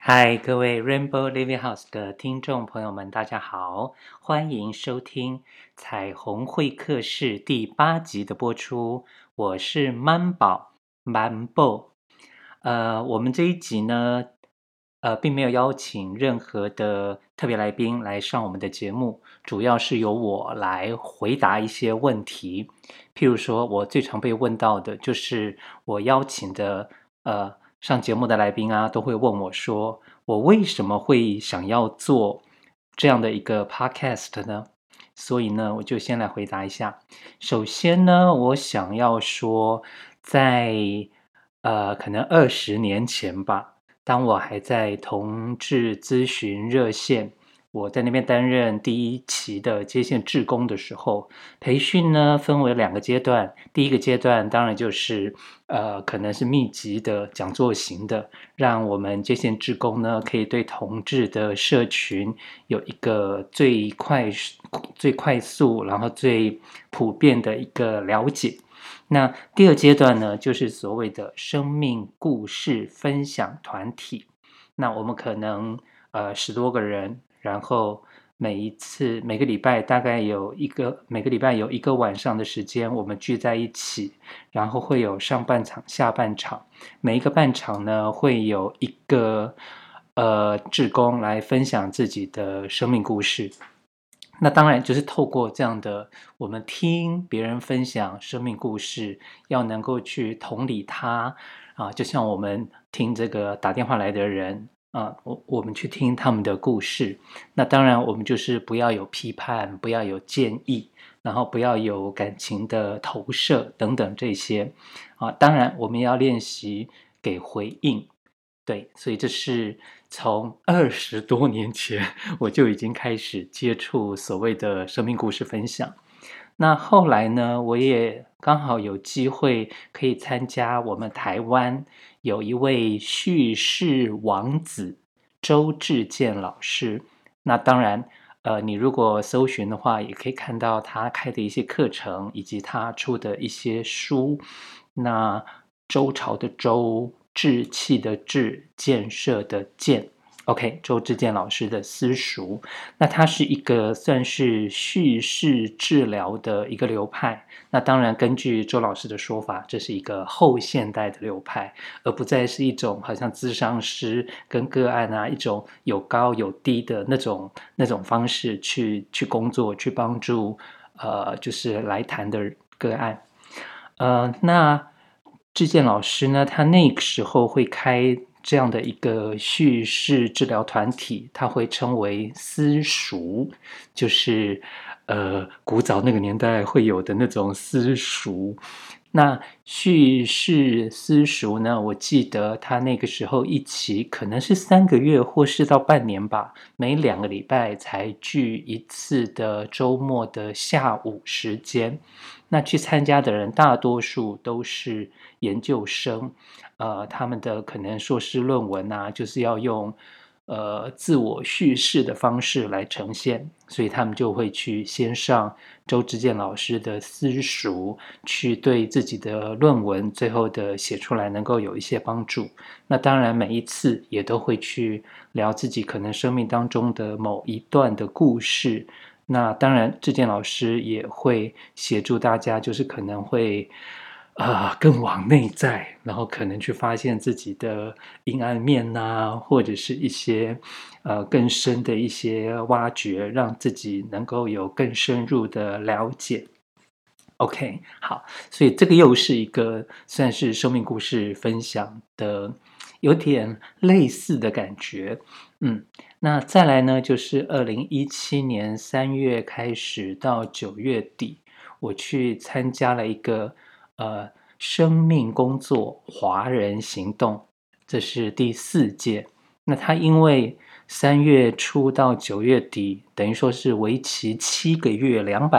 嗨，各位 Rainbow Living House 的听众朋友们，大家好，欢迎收听彩虹会客室第8集的播出。我是曼宝Mambo。我们这一集呢，并没有邀请任何的特别来宾来上我们的节目，主要是由我来回答一些问题。譬如说，我最常被问到的就是我邀请的上节目的来宾啊，都会问我说，我为什么会想要做这样的一个 podcast 呢？所以呢，我就先来回答一下。首先呢，我想要说，在可能20年前吧，当我还在同志咨询热线，我在那边担任第一期的接线志工的时候，培训呢分为2个阶段。第一个阶段当然就是可能是密集的讲座型的，让我们接线志工呢可以对同志的社群有一个最快速，然后最普遍的一个了解。那第二阶段呢，就是所谓的生命故事分享团体。那我们可能10多个人，然后每个礼拜大概每个礼拜有一个晚上的时间，我们聚在一起，然后会有上半场、下半场。每一个半场呢，会有一个志工来分享自己的生命故事。那当然就是透过这样的，我们听别人分享生命故事，要能够去同理他啊，就像我们听这个打电话来的人啊，我们去听他们的故事。那当然，我们就是不要有批判，不要有建议，然后不要有感情的投射等等这些啊。当然，我们要练习给回应。对，所以这是从20多年前我就已经开始接触所谓的生命故事分享。那后来呢，我也刚好有机会可以参加我们台湾有一位叙事王子周志健老师。那当然，你如果搜寻的话，也可以看到他开的一些课程，以及他出的一些书。那周朝的周，志气的志，建设的建。OK， 周志健老师的私塾，那它是一个算是叙事治疗的一个流派。那当然，根据周老师的说法，这是一个后现代的流派，而不再是一种好像咨商师跟个案啊一种有高有低的那种方式去工作，去帮助就是来谈的个案。那志健老师呢，他那个时候会开这样的一个叙事治疗团体，他会称为私塾，就是古早那个年代会有的那种私塾。那叙事私塾呢，我记得他那个时候一期可能是3个月或是到半年吧，每2个礼拜才聚一次的周末的下午时间。那去参加的人大多数都是研究生，他们的可能硕士论文啊，就是要用自我叙事的方式来呈现，所以他们就会去先上周志健老师的私塾，去对自己的论文最后的写出来能够有一些帮助。那当然每一次也都会去聊自己可能生命当中的某一段的故事。那当然志健老师也会协助大家，就是可能会更往内在，然后可能去发现自己的阴暗面啊，或者是一些更深的一些挖掘，让自己能够有更深入的了解。OK， 好，所以这个又是一个算是生命故事分享的有点类似的感觉。那再来呢，就是2017年3月开始到9月底，我去参加了一个生命工作华人行动，这是第4届。那它因为3月初到9月底，等于说是为期7个月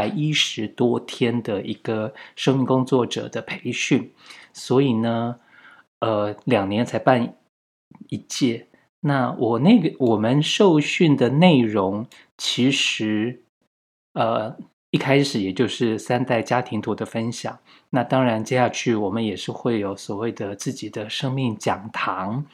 210多天的一个生命工作者的培训，所以呢2年才办一届。那我们受训的内容其实一开始也就是3代家庭图的分享。那当然接下去我们也是会有所谓的自己的生命讲堂。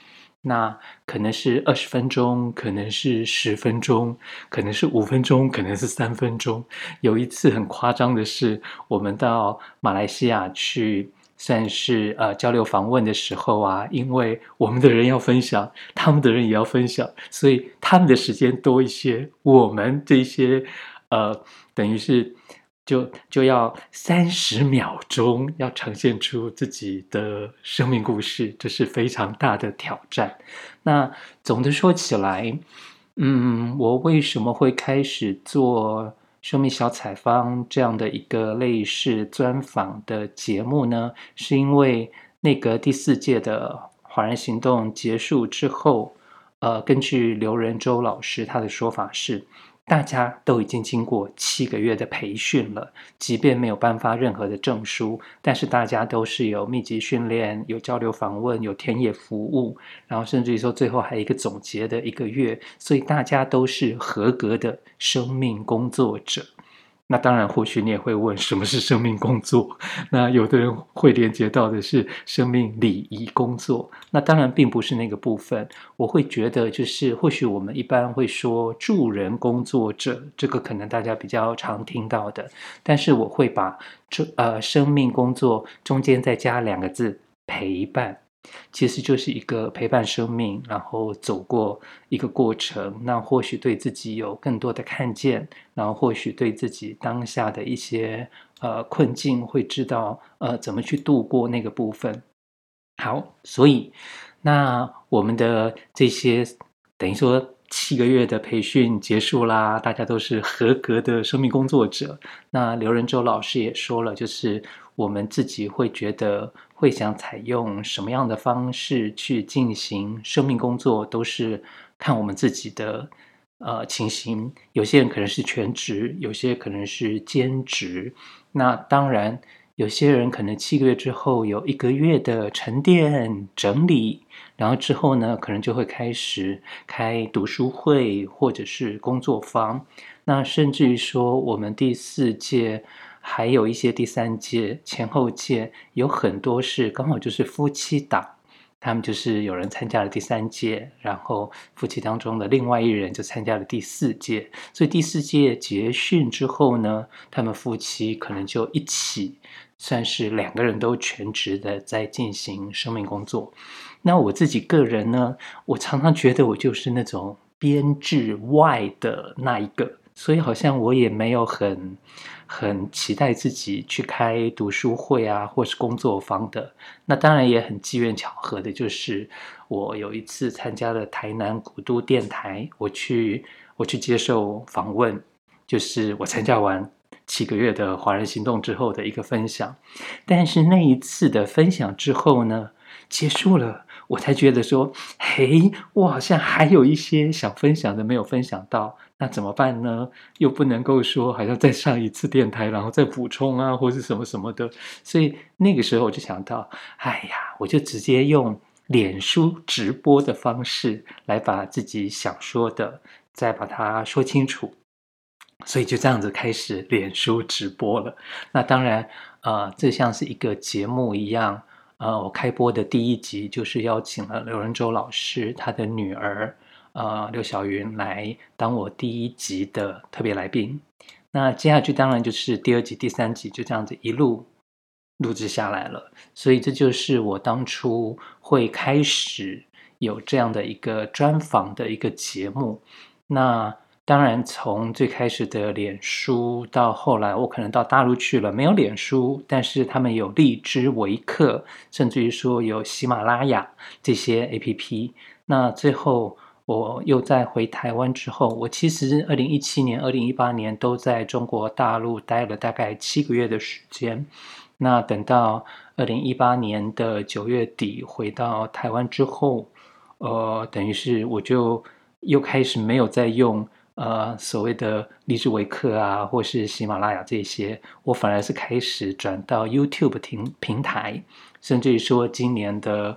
那可能是20分钟，可能是10分钟，可能是5分钟，可能是3分钟。有一次很夸张的是，我们到马来西亚去算是交流访问的时候啊，因为我们的人要分享，他们的人也要分享，所以他们的时间多一些，我们这些等于是就要30秒钟要呈现出自己的生命故事，这是非常大的挑战。那总的说起来，我为什么会开始做生命小采访这样的一个类似专访的节目呢？是因为那个第4届的华人行动结束之后，根据刘仁洲老师他的说法是，大家都已经经过7个月的培训了，即便没有颁发任何的证书，但是大家都是有密集训练、有交流访问、有田野服务，然后甚至于说最后还有一个总结的1个月，所以大家都是合格的生命工作者。那当然，或许你也会问，什么是生命工作？那有的人会连接到的是生命礼仪工作。那当然并不是那个部分。我会觉得，就是或许我们一般会说助人工作者，这个可能大家比较常听到的。但是我会把生命工作中间再加2个字陪伴。其实就是一个陪伴生命，然后走过一个过程，那或许对自己有更多的看见，然后或许对自己当下的一些困境会知道怎么去度过那个部分。好，所以那我们的这些等于说7个月的培训结束啦，大家都是合格的生命工作者。那刘仁洲老师也说了，就是我们自己会觉得会想采用什么样的方式去进行生命工作，都是看我们自己的情形。有些人可能是全职，有些可能是兼职。那当然，有些人可能7个月之后有1个月的沉淀整理，然后之后呢，可能就会开始开读书会或者是工作坊。那甚至于说，我们第4届还有一些第3届前后届，有很多是刚好就是夫妻档。他们就是有人参加了第3届，然后夫妻当中的另外一人就参加了第4届，所以第4届结训之后呢，他们夫妻可能就一起算是2个人都全职的在进行生命工作。那我自己个人呢，我常常觉得我就是那种编制外的那一个，所以好像我也没有很期待自己去开读书会啊，或是工作坊的。那当然也很机缘巧合的，就是我有一次参加了台南古都电台，我去接受访问，就是我参加完7个月的华人行动之后的一个分享。但是那一次的分享之后呢，结束了，我才觉得说，嘿，我好像还有一些想分享的没有分享到，那怎么办呢？又不能够说好像再上一次电台，然后再补充啊，或是什么什么的。所以那个时候我就想到，哎呀，我就直接用脸书直播的方式来把自己想说的再把它说清楚。所以就这样子开始脸书直播了。那当然，这像是一个节目一样。我开播的第1集就是邀请了刘仁洲老师，他的女儿刘晓云来当我第1集的特别来宾。那接下去当然就是第2集、第3集，就这样子一路录制下来了。所以这就是我当初会开始有这样的一个专访的一个节目。那当然，从最开始的脸书到后来，我可能到大陆去了，没有脸书，但是他们有荔枝、微课，甚至于说有喜马拉雅这些 APP。那最后我又再回台湾之后，我其实2017年、2018年都在中国大陆待了大概7个月的时间。那等到2018年的9月底回到台湾之后，等于是我就又开始没有再用所谓的荔枝微课啊，或是喜马拉雅这些，我反而是开始转到 YouTube 平台，甚至于说今年的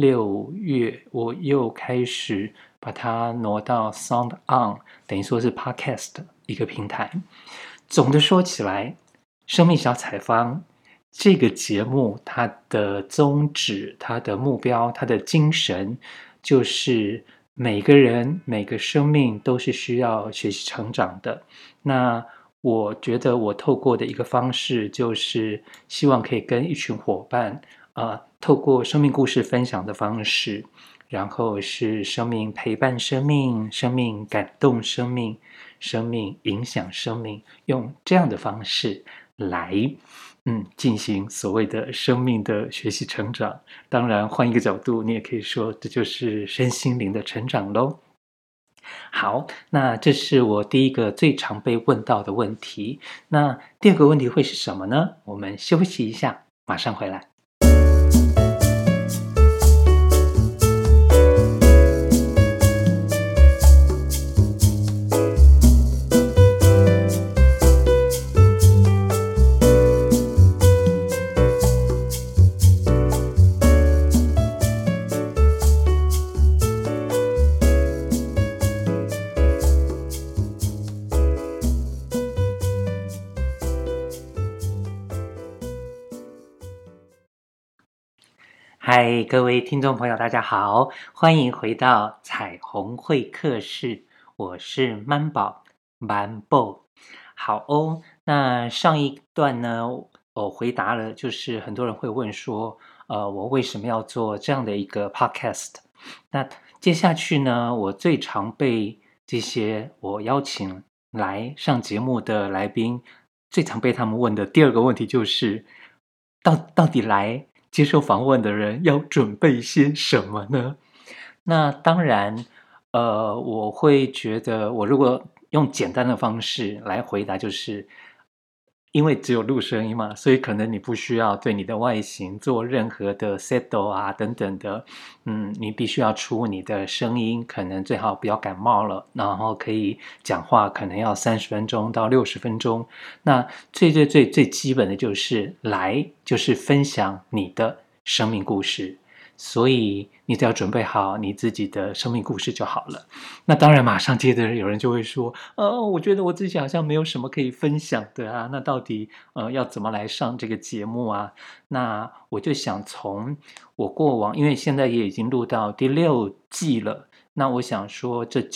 6月，我又开始把它挪到 Sound On， 等于说是 Podcast 一个平台。总的说起来，生命小采访这个节目，它的宗旨、它的目标、它的精神， 就是每个人每个生命都是需要学习成长的。那我觉得我透过的一个方式，就是希望可以跟一群伙伴，透过生命故事分享的方式，然后是生命陪伴生命，生命感动生命，生命影响生命，用这样的方式来进行所谓的生命的学习成长。当然换一个角度，你也可以说这就是身心灵的成长咯。好，那这是我第一个最常被问到的问题。那第二个问题会是什么呢？我们休息一下，马上回来。嗨，各位听众朋友，大家好，欢迎回到彩虹会客室，我是曼宝曼宝。好哦，那上一段呢，我回答了，就是很多人会问说，我为什么要做这样的一个 podcast？那接下去呢，我最常被这些我邀请来上节目的来宾，最常被他们问的第二个问题就是，到底来接受访问的人要准备些什么呢？那当然，我会觉得，我如果用简单的方式来回答，就是因为只有录声音嘛，所以可能你不需要对你的外形做任何的 settle 啊等等的，你必须要出你的声音，可能最好不要感冒了，然后可以讲话，可能要30分钟到60分钟。那最基本的就是就是分享你的生命故事。所以你只要准备好你自己的生命故事就好了。那当然马上接着有人就会说，我觉得我自己好像没有什么可以分享的啊，那到底要怎么来上这个节目啊？那我就想从我过往，因为现在也已经录到第6季了，那我想说这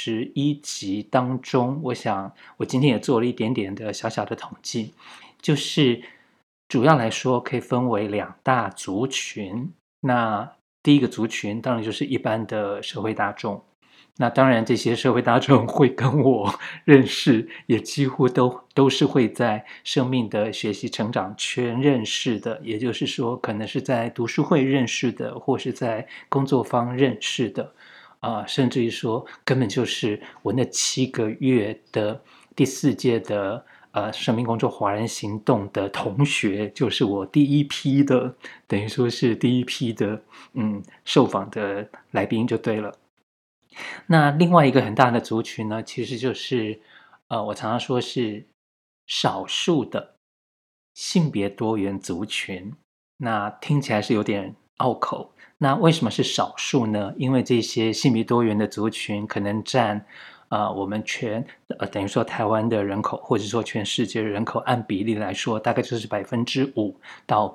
91集当中，我想我今天也做了一点点的小小的统计，就是主要来说可以分为2大族群。那第一个族群当然就是一般的社会大众，那当然这些社会大众会跟我认识，也几乎都是会在生命的学习成长圈认识的，也就是说可能是在读书会认识的，或是在工作坊认识的，甚至于说根本就是我那7个月的第4届的生命工作华人行动的同学，就是我第一批的，等于说是第一批的受访的来宾就对了。那另外一个很大的族群呢，其实就是我常常说是少数的性别多元族群。那听起来是有点拗口。那为什么是少数呢？因为这些性别多元的族群可能占我们等于说台湾的人口，或者说全世界人口按比例来说，大概就是5%到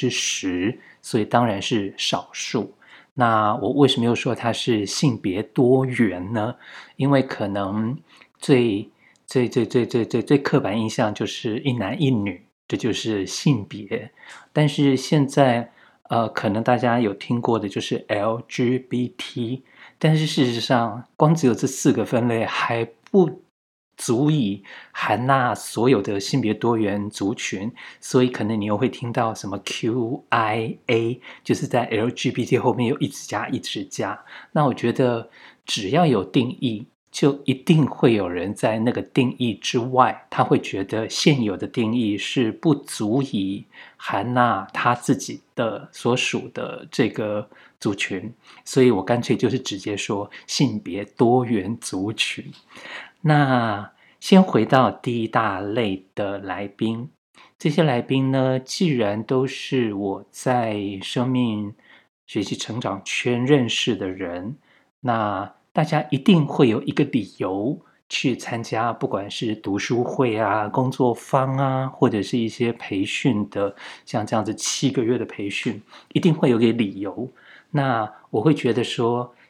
10%，所以当然是少数。那我为什么又说它是性别多元呢？因为可能最刻板印象就是一男一女，这就是性别。但是现在可能大家有听过的就是 LGBT， 但是事实上光只有这4个分类还不足以含纳所有的性别多元族群，所以可能你又会听到什么 QIA， 就是在 LGBT 后面又一直加一直加。那我觉得只要有定义，就一定会有人在那个定义之外，他会觉得现有的定义是不足以含纳他自己的所属的这个族群，所以我干脆就是直接说性别多元族群。那先回到第一大类的来宾，这些来宾呢，既然都是我在生命学习成长圈认识的人，那大家一定会有一个理由去参加，不管是读书会啊、工作坊啊，或者是一些培训的，像这样子7个月的培训，一定会有个理由。那我会觉得说，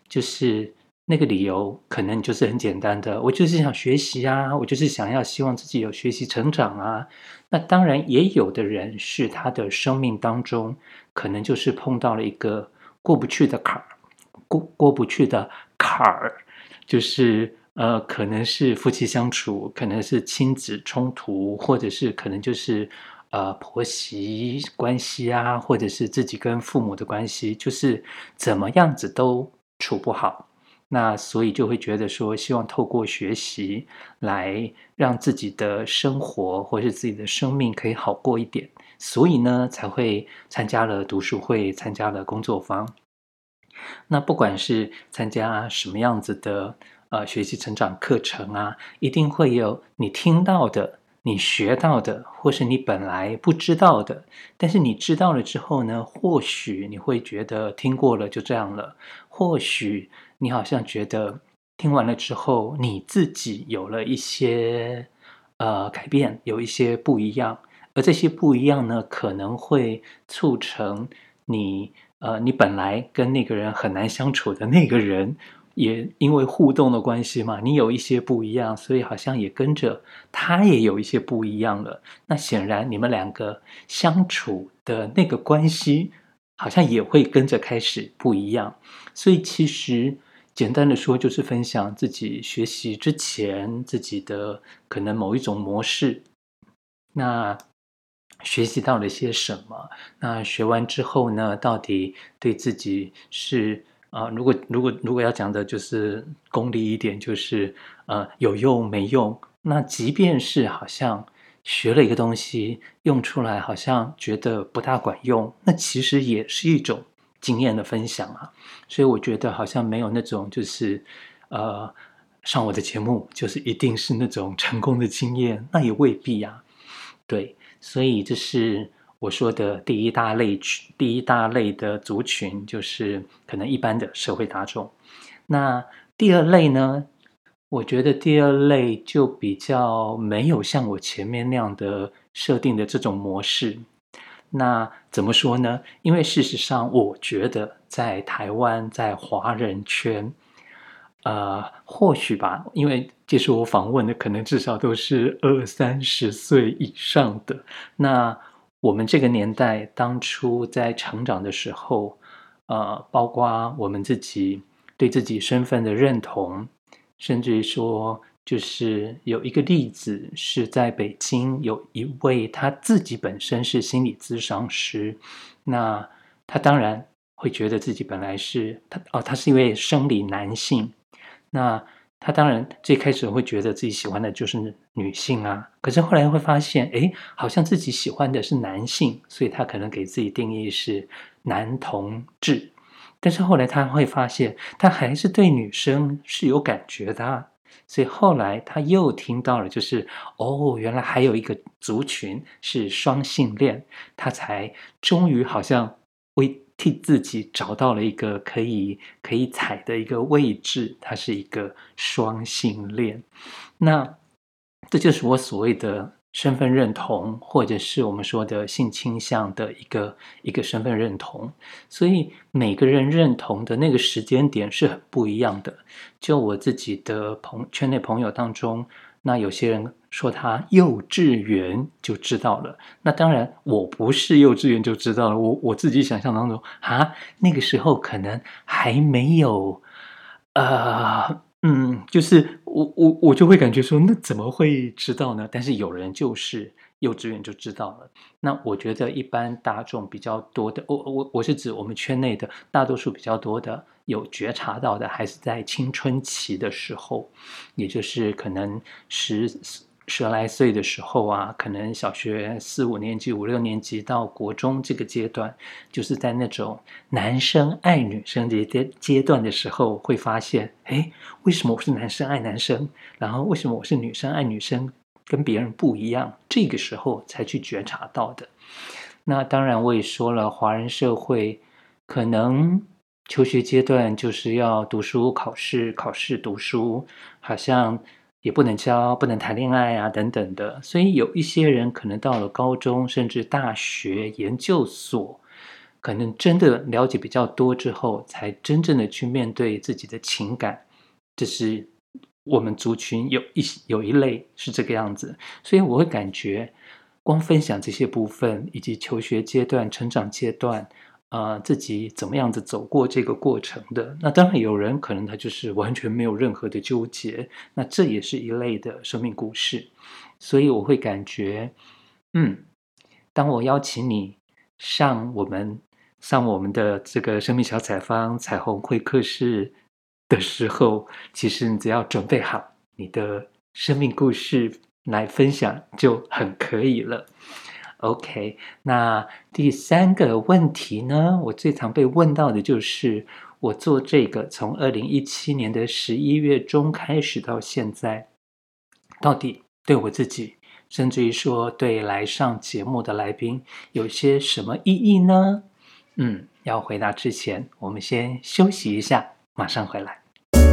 就是那个理由可能就是很简单的，我就是想学习啊，我就是想要希望自己有学习成长啊。那当然也有的人是他的生命当中可能就是碰到了一个过不去的坎儿，过不去的坎儿，就是可能是夫妻相处，可能是亲子冲突，或者是可能就是婆媳关系啊，或者是自己跟父母的关系，就是怎么样子都处不好。那所以就会觉得说，希望透过学习来让自己的生活或是自己的生命可以好过一点，所以呢，才会参加了读书会，参加了工作坊。那不管是参加什么样子的学习成长课程啊，一定会有你听到的、你学到的，或是你本来不知道的。但是你知道了之后呢，或许你会觉得听过了就这样了，或许你好像觉得听完了之后，你自己有了一些改变，有一些不一样。而这些不一样呢，可能会促成你本来跟那个人很难相处的那个人，也因为互动的关系嘛，你有一些不一样，所以好像也跟着他也有一些不一样了。那显然你们两个相处的那个关系，好像也会跟着开始不一样。所以其实简单的说，就是分享自己学习之前自己的可能某一种模式，那学习到了些什么？那学完之后呢，到底对自己是如果要讲的就是功利一点，就是有用没用？那即便是好像学了一个东西，用出来好像觉得不大管用，那其实也是一种经验的分享啊。所以我觉得好像没有那种就是呃上我的节目就是一定是那种成功的经验，那也未必呀。对，所以这是我说的第一大类的族群，就是可能一般的社会大众。那第二类呢，我觉得第二类就比较没有像我前面那样的设定的这种模式。那怎么说呢？因为事实上，我觉得在台湾，在华人圈，或许吧，因为接受我访问的可能至少都是20-30岁以上的。那我们这个年代当初在成长的时候，包括我们自己对自己身份的认同，甚至于说，就是有一个例子是在北京有一位他自己本身是心理咨商师，那他当然会觉得自己本来是他是一位生理男性。那他当然最开始会觉得自己喜欢的就是女性啊，可是后来会发现，诶，好像自己喜欢的是男性，所以他可能给自己定义是男同志。但是后来他会发现，他还是对女生是有感觉的啊，所以后来他又听到了，就是哦，原来还有一个族群是双性恋，他才终于好像为替自己找到了一个可以踩的一个位置，他是一个双性恋。那这就是我所谓的身份认同，或者是我们说的性倾向的一个身份认同。所以每个人认同的那个时间点是很不一样的。就我自己的圈内朋友当中，那有些人说他幼稚园就知道了，那当然我不是幼稚园就知道了，我自己想象当中那个时候可能还没有，就是我就会感觉说，那怎么会知道呢？但是有人就是幼稚园就知道了。那我觉得一般大众比较多的，我是指我们圈内的大多数比较多的有觉察到的，还是在青春期的时候，也就是可能十来岁的时候啊，可能小学4、5年级、5、6年级到国中这个阶段，就是在那种男生爱女生的阶段的时候，会发现，哎，为什么我是男生爱男生，然后为什么我是女生爱女生，跟别人不一样？这个时候才去觉察到的。那当然，我也说了，华人社会可能求学阶段就是要读书、考试、考试、读书，好像也不能交、不能谈恋爱啊，等等的。所以有一些人可能到了高中，甚至大学、研究所， 可能真的了解比较多之后，才真正的去面对自己的情感。这是我们族群有一类是这个样子，所以我会感觉光分享这些部分，以及求学阶段、成长阶段，自己怎么样子走过这个过程的。那当然有人可能他就是完全没有任何的纠结，那这也是一类的生命故事。所以我会感觉，当我邀请你上我们的这个生命小采访彩虹会客室的时候，其实你只要准备好你的生命故事来分享就很可以了。OK，那第三个问题呢，我最常被问到的就是我做这个从2017年的11月中开始到现在，到底对我自己，甚至于说对来上节目的来宾有些什么意义呢？要回答之前，我们先休息一下，马上回来。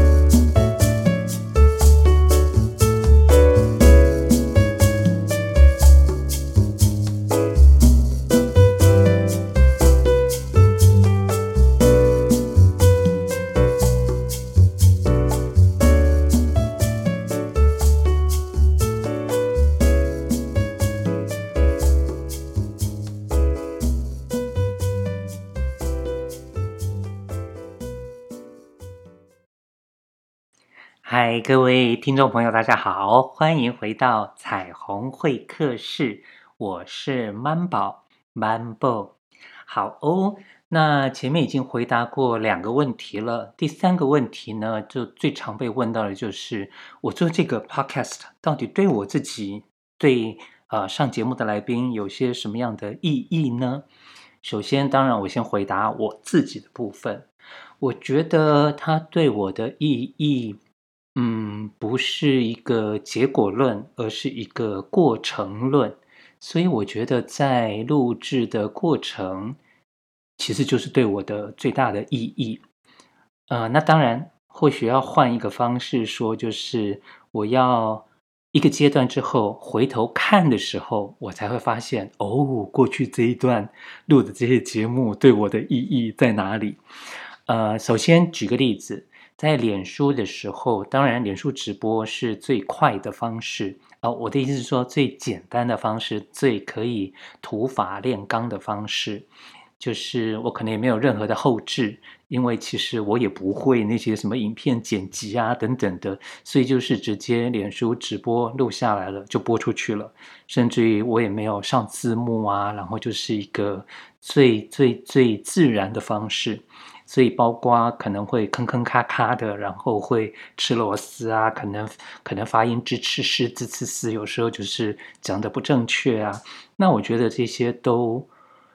嗨，各位听众朋友，大家好，欢迎回到彩虹会客室，我是曼宝 Manbo。好哦，那前面已经回答过2个问题了，第3个问题呢，就最常被问到的就是我做这个 podcast 到底对我自己，对上节目的来宾有些什么样的意义呢？首先，当然我先回答我自己的部分，我觉得它对我的意义。不是一个结果论，而是一个过程论。所以我觉得在录制的过程，其实就是对我的最大的意义。那当然，或许要换一个方式说，就是我要一个阶段之后回头看的时候，我才会发现，过去这一段录的这些节目对我的意义在哪里？首先举个例子。在脸书的时候，当然脸书直播是最快的方式。我的意思是说最简单的方式，最可以土法炼钢的方式。就是我可能也没有任何的后置，因为其实我也不会那些什么影片剪辑啊等等的，所以就是直接脸书直播录下来了就播出去了，甚至于我也没有上字幕啊，然后就是一个最自然的方式。所以包括可能会吭吭咔咔的，然后会吃螺丝啊，可能发音支吃诗字次词，有时候就是讲的不正确啊。那我觉得这些都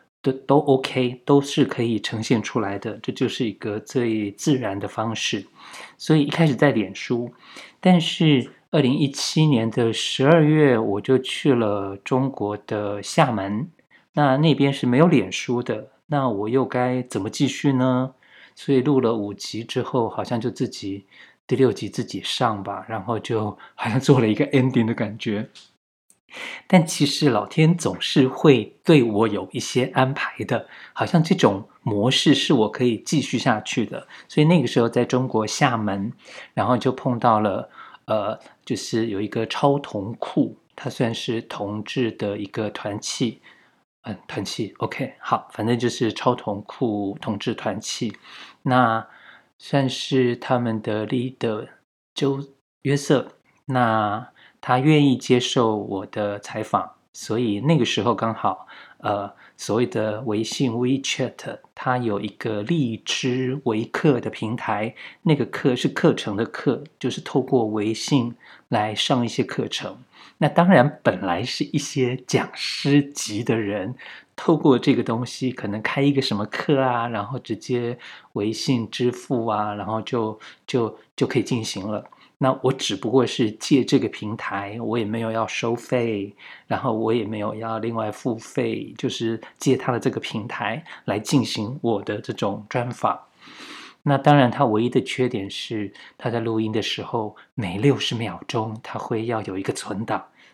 OK， 都是可以呈现出来的，这就是一个最自然的方式。所以一开始在脸书，但是2017年的12月我就去了中国的厦门，那边是没有脸书的，那我又该怎么继续呢？所以录了5集之后，好像就自己第6集自己上吧，然后就好像做了一个 ending 的感觉。但其实老天总是会对我有一些安排的，好像这种模式是我可以继续下去的。所以那个时候在中国厦门，然后就碰到了就是有一个超同库，它算是同志的一个团契。团契 OK 好，反正就是超同库同志团契，那算是他们的 leader 周约瑟，那他愿意接受我的采访，所以那个时候刚好所谓的微信 WeChat 它有一个荔枝微课的平台，那个课是课程的课，就是透过微信来上一些课程。那当然本来是一些讲师级的人，透过这个东西可能开一个什么课啊，然后直接微信支付啊，然后就可以进行了。那我只不过是借这个平台，我也没有要收费，然后我也没有要另外付费，就是借他的这个平台来进行我的这种专访。那当然它唯一的缺点是，它在录音的时候每60秒钟它会要有一个存档，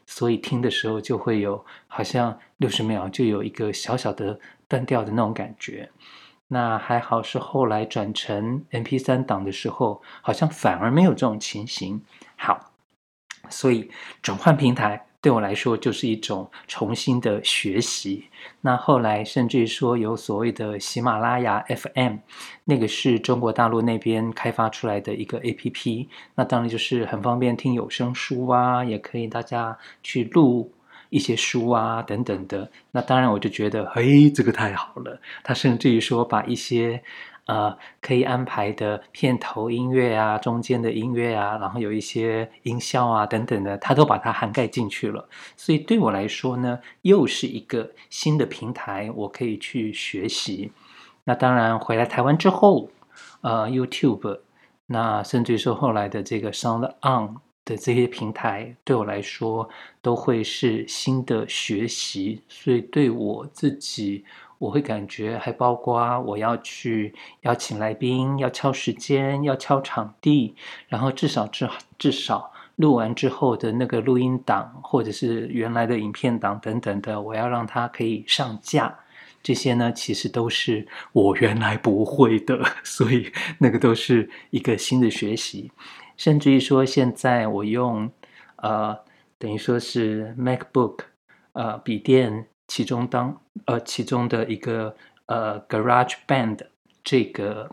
所以听的时候就会有好像60秒就有一个小小的断掉的那种感觉。那还好是后来转成 MP3 档的时候，好像反而没有这种情形。好，所以转换平台对我来说就是一种重新的学习。那后来甚至于说有所谓的喜马拉雅 FM， 那个是中国大陆那边开发出来的一个 APP， 那当然就是很方便听有声书啊，也可以大家去录一些书啊等等的。那当然我就觉得嘿，这个太好了，他甚至于说把一些可以安排的片头音乐啊，中间的音乐啊，然后有一些音效啊等等的，它都把它涵盖进去了。所以对我来说呢，又是一个新的平台，我可以去学习。那当然回来台湾之后，YouTube， 那甚至于说后来的这个 Sound On 的这些平台，对我来说都会是新的学习。所以对我自己，我会感觉还包括我要去邀请来宾，要敲时间，要敲场地，然后至少录完之后的那个录音档，或者是原来的影片档等等的，我要让它可以上架。这些呢，其实都是我原来不会的，所以那个都是一个新的学习。甚至于说，现在我用等于说是 MacBook 笔电其中的一个GarageBand 这个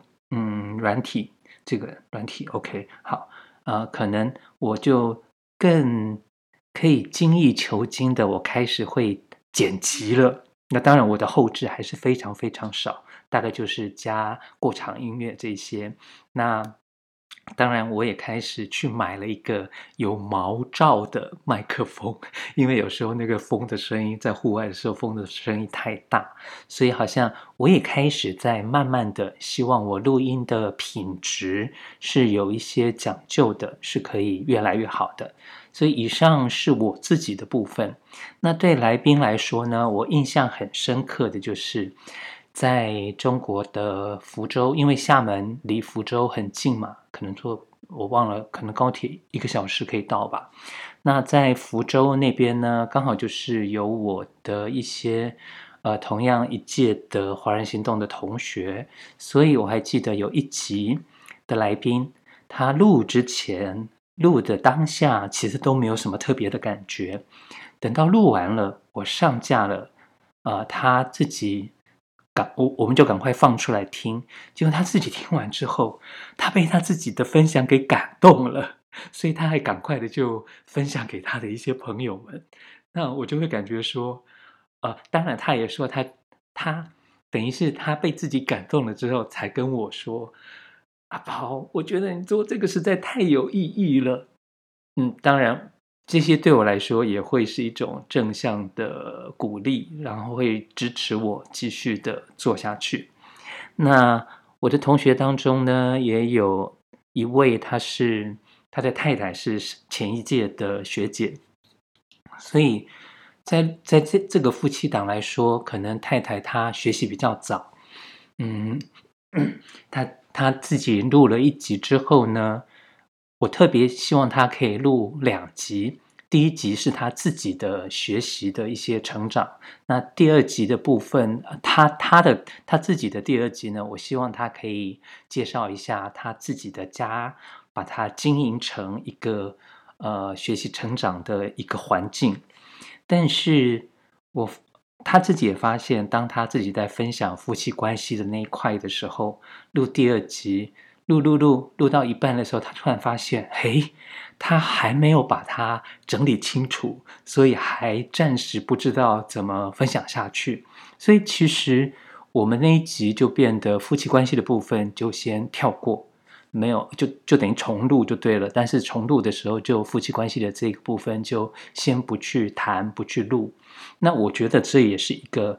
软体 OK 好可能我就更可以精益求精的，我开始会剪辑了。那当然，我的后置还是非常非常少，大概就是加过场音乐这些。那当然，我也开始去买了一个有毛罩的麦克风，因为有时候那个风的声音，在户外的时候风的声音太大，所以好像我也开始在慢慢的希望我录音的品质是有一些讲究的，是可以越来越好的。所以以上是我自己的部分。那对来宾来说呢，我印象很深刻的就是在中国的福州，因为厦门离福州很近嘛，可能我忘了，可能高铁1个小时可以到吧。那在福州那边呢，刚好就是有我的一些同样一届的华人行动的同学，所以我还记得有一集的来宾，他录之前录的当下其实都没有什么特别的感觉，等到录完了，我上架了，他自己我们就赶快放出来听，结果他自己听完之后，他被他自己的分享给感动了，所以他还赶快的就分享给他的一些朋友们。那我就会感觉说，当然他也说他等于是他被自己感动了之后，才跟我说，阿宝，我觉得你做这个实在太有意义了。当然，这些对我来说也会是一种正向的鼓励，然后会支持我继续的做下去。那我的同学当中呢，也有一位他的太太是前一届的学姐，所以在这个夫妻档来说，可能太太她学习比较早，嗯，他自己录了一集之后呢，我特别希望他可以录2集。第一集是他自己的学习的一些成长，那第二集的部分，他自己的第二集呢，我希望他可以介绍一下他自己的家，把它经营成一个学习成长的一个环境。但是他自己也发现，当他自己在分享夫妻关系的那一块的时候，录第二集，录到一半的时候，他突然发现，嘿，他还没有把它整理清楚，所以还暂时不知道怎么分享下去。所以其实我们那一集就变得夫妻关系的部分就先跳过，没有就等于重录就对了。但是重录的时候，就夫妻关系的这个部分就先不去谈，不去录。那我觉得这也是一个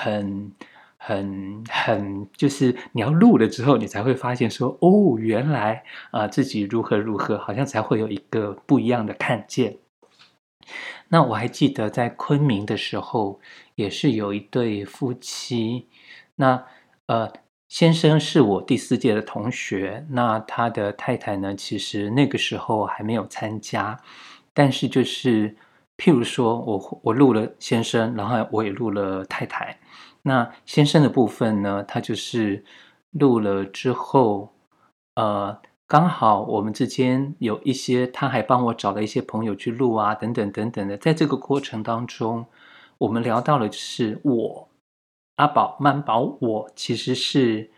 就是你要录了之后，你才会发现说，哦，原来自己如何，好像才会有一个不一样的看见。那我还记得在昆明的时候，也是有一对夫妻，那先生是我第4届的同学，那他的太太呢，其实那个时候还没有参加，但是就是譬如说我录了先生，然后我也录了太太。那先生的部分呢，他就是录了之后，刚好我们之间有一些，他还帮我找了一些朋友去录啊，等等等等的。在这个过程当中，我们聊到了，就是阿宝、曼宝，我其实是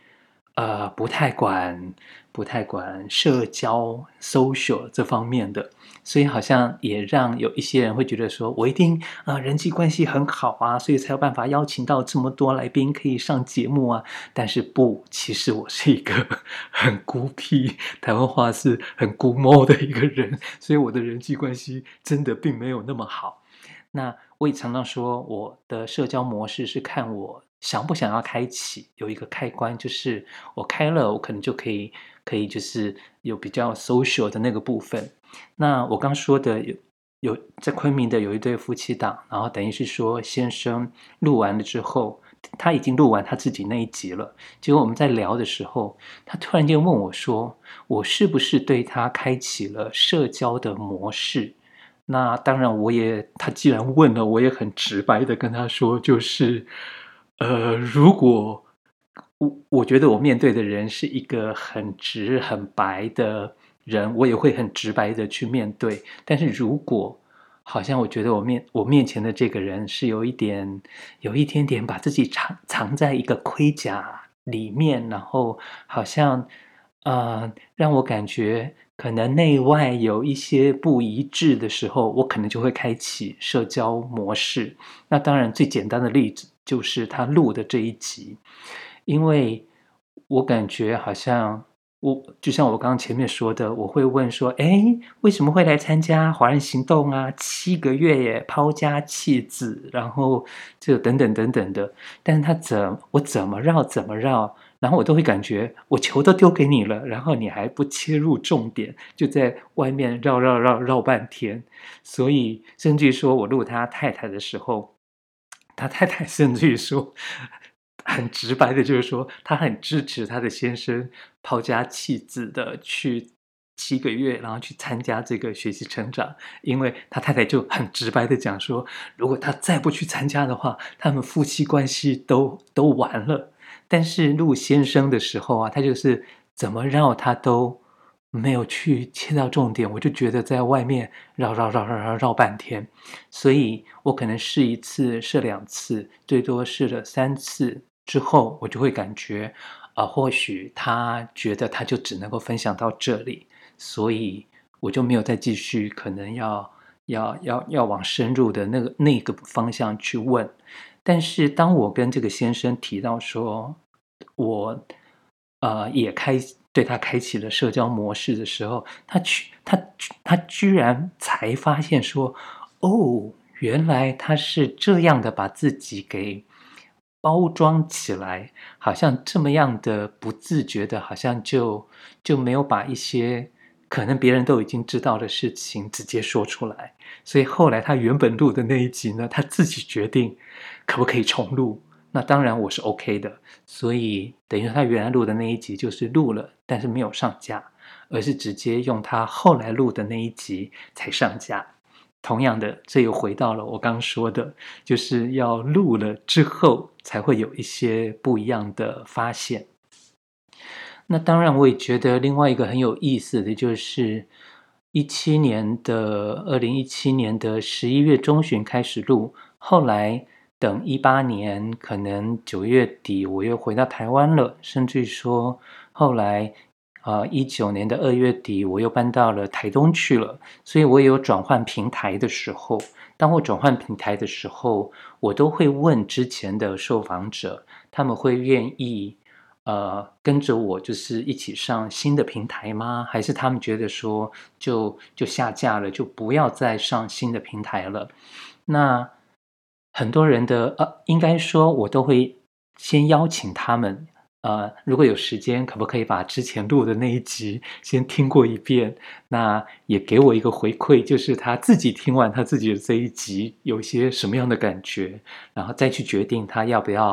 不太管社交 social 这方面的，所以好像也让有一些人会觉得说，我一定人际关系很好啊，所以才有办法邀请到这么多来宾可以上节目啊。但是不，其实我是一个很孤僻，台湾话是很孤僻的一个人，所以我的人际关系真的并没有那么好。那我也常常说，我的社交模式是看我想不想要开启，有一个开关，就是我开了，我可能就可以就是有比较 social 的那个部分。那我刚说的有在昆明的有一对夫妻档，然后等于是说先生录完了之后，他已经录完他自己那一集了，结果我们在聊的时候，他突然间问我说，我是不是对他开启了社交的模式？那当然，他既然问了，我也很直白的跟他说，就是，如果我觉得我面对的人是一个很直很白的人，我也会很直白的去面对。但是如果好像我觉得我面前的这个人是有一点点把自己藏在一个盔甲里面，然后好像让我感觉可能内外有一些不一致的时候，我可能就会开启社交模式。那当然，最简单的例子就是他录的这一集，因为我感觉好像就像我刚刚前面说的，我会问说：“诶，为什么会来参加华人行动啊？7个月耶，抛家弃子，然后这等等等等的。”但是我怎么绕怎么绕，然后我都会感觉我球都丢给你了，然后你还不切入重点，就在外面绕半天。所以甚至于说我录他太太的时候，他太太甚至于说很直白的，就是说他很支持他的先生抛家弃子的去7个月，然后去参加这个学习成长。因为他太太就很直白的讲说，如果他再不去参加的话，他们夫妻关系都完了。但是陆先生的时候啊，他就是怎么绕他都没有去切到重点，我就觉得在外面绕半天。所以我可能试1次、试2次，最多试了3次之后，我就会感觉或许他觉得他就只能够分享到这里，所以我就没有再继续可能要往深入的那个方向去问。但是当我跟这个先生提到说，我也对他开启了社交模式的时候，他居然才发现说，哦，原来他是这样的把自己给包装起来，好像这么样的不自觉的，好像就没有把一些可能别人都已经知道的事情直接说出来。所以后来他原本录的那一集呢，他自己决定可不可以重录。那当然我是 OK 的，所以等于他原来录的那一集就是录了，但是没有上架，而是直接用他后来录的那一集才上架。同样的，这又回到了我刚说的，就是要录了之后才会有一些不一样的发现。那当然，我也觉得另外一个很有意思的就是2017年的11月中旬开始录，后来等18年可能9月底我又回到台湾了，甚至于说后来19年的2月底我又搬到了台东去了，所以我也有转换平台的时候。当我转换平台的时候，我都会问之前的受访者，他们会愿意跟着我就是一起上新的平台吗？还是他们觉得说就下架了，就不要再上新的平台了？那很多人应该说我都会先邀请他们，如果有时间，可不可以把之前录的那一集先听过一遍？那也给我一个回馈，就是他自己听完他自己的这一集有一些什么样的感觉，然后再去决定他要不要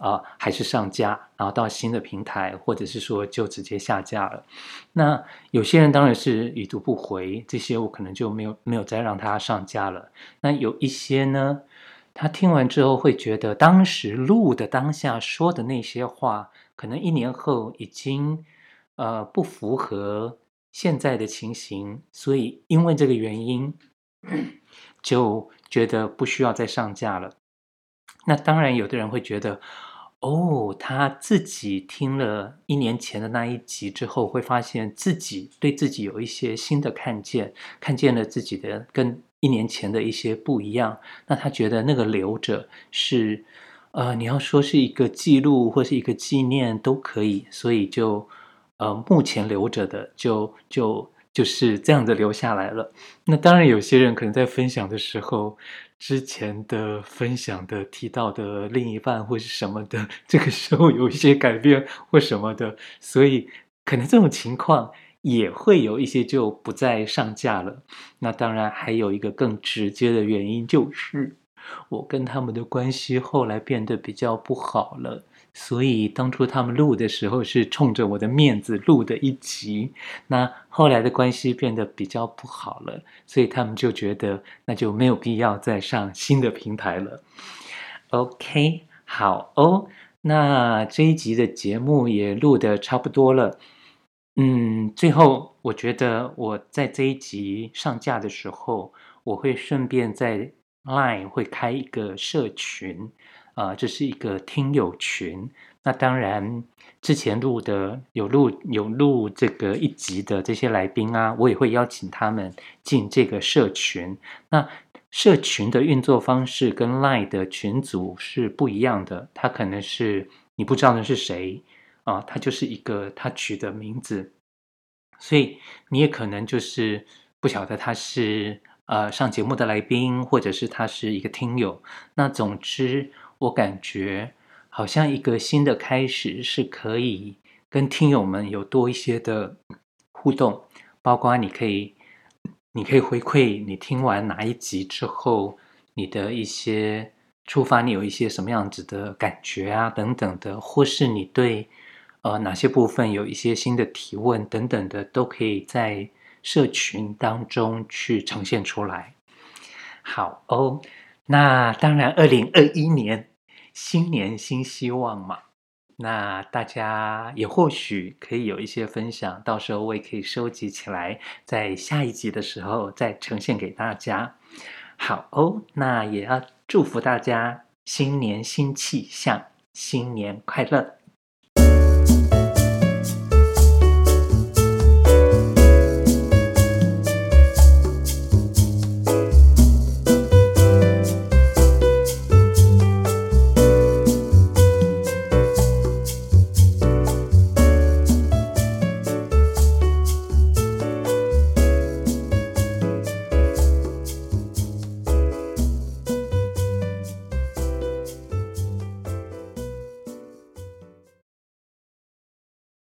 还是上架，然后到新的平台，或者是说就直接下架了。那有些人当然是已读不回，这些我可能就没有再让他上架了。那有一些呢，他听完之后会觉得当时录的当下说的那些话，可能1年后已经不符合现在的情形，所以因为这个原因就觉得不需要再上架了。那当然有的人会觉得，他自己听了1年前的那一集之后，会发现对自己有一些新的看见，看见了自己的跟1年前的一些不一样。那他觉得那个留着是，你要说是一个记录或是一个纪念都可以，所以就目前留着的就是这样子留下来了。那当然有些人可能在分享的时候，之前的分享的提到的另一半或是什么的，这个时候有一些改变或什么的，所以可能这种情况也会有一些就不再上架了。那当然还有一个更直接的原因，就是我跟他们的关系后来变得比较不好了。所以当初他们录的时候是冲着我的面子录的一集，那后来的关系变得比较不好了，所以他们就觉得那就没有必要再上新的平台了。OK， 好哦，那这一集的节目也录得差不多了。最后我觉得我在这一集上架的时候，我会顺便在 LINE 会开一个社群，这是一个听友群。那当然，之前有录这个一集的这些来宾啊，我也会邀请他们进这个社群。那社群的运作方式跟 LINE 的群组是不一样的，它可能是你不知道那是谁啊，它就是一个他取的名字，所以你也可能就是不晓得他是上节目的来宾，或者是他是一个听友。那总之，我感觉好像一个新的开始是可以跟听友们有多一些的互动，包括你可以回馈你听完哪一集之后，你的一些触发你有一些什么样子的感觉啊等等的，或是你对哪些部分有一些新的提问等等的，都可以在社群当中去呈现出来。好哦，那当然2021年新年新希望嘛，那大家也或许可以有一些分享，到时候我也可以收集起来，在下一集的时候再呈现给大家。好哦，那也要祝福大家新年新气象，新年快乐。